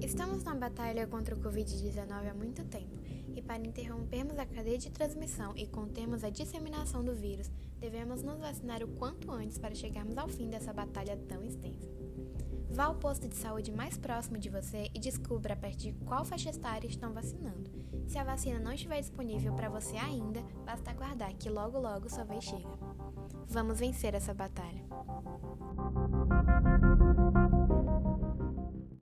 Estamos na batalha contra o Covid-19 há muito tempo, e para interrompermos a cadeia de transmissão e contermos a disseminação do vírus, devemos nos vacinar o quanto antes para chegarmos ao fim dessa batalha tão extensa. Vá ao posto de saúde mais próximo de você e descubra a partir de qual faixa etária estão vacinando. Se a vacina não estiver disponível para você ainda, basta aguardar que logo sua vez chega. Vamos vencer essa batalha!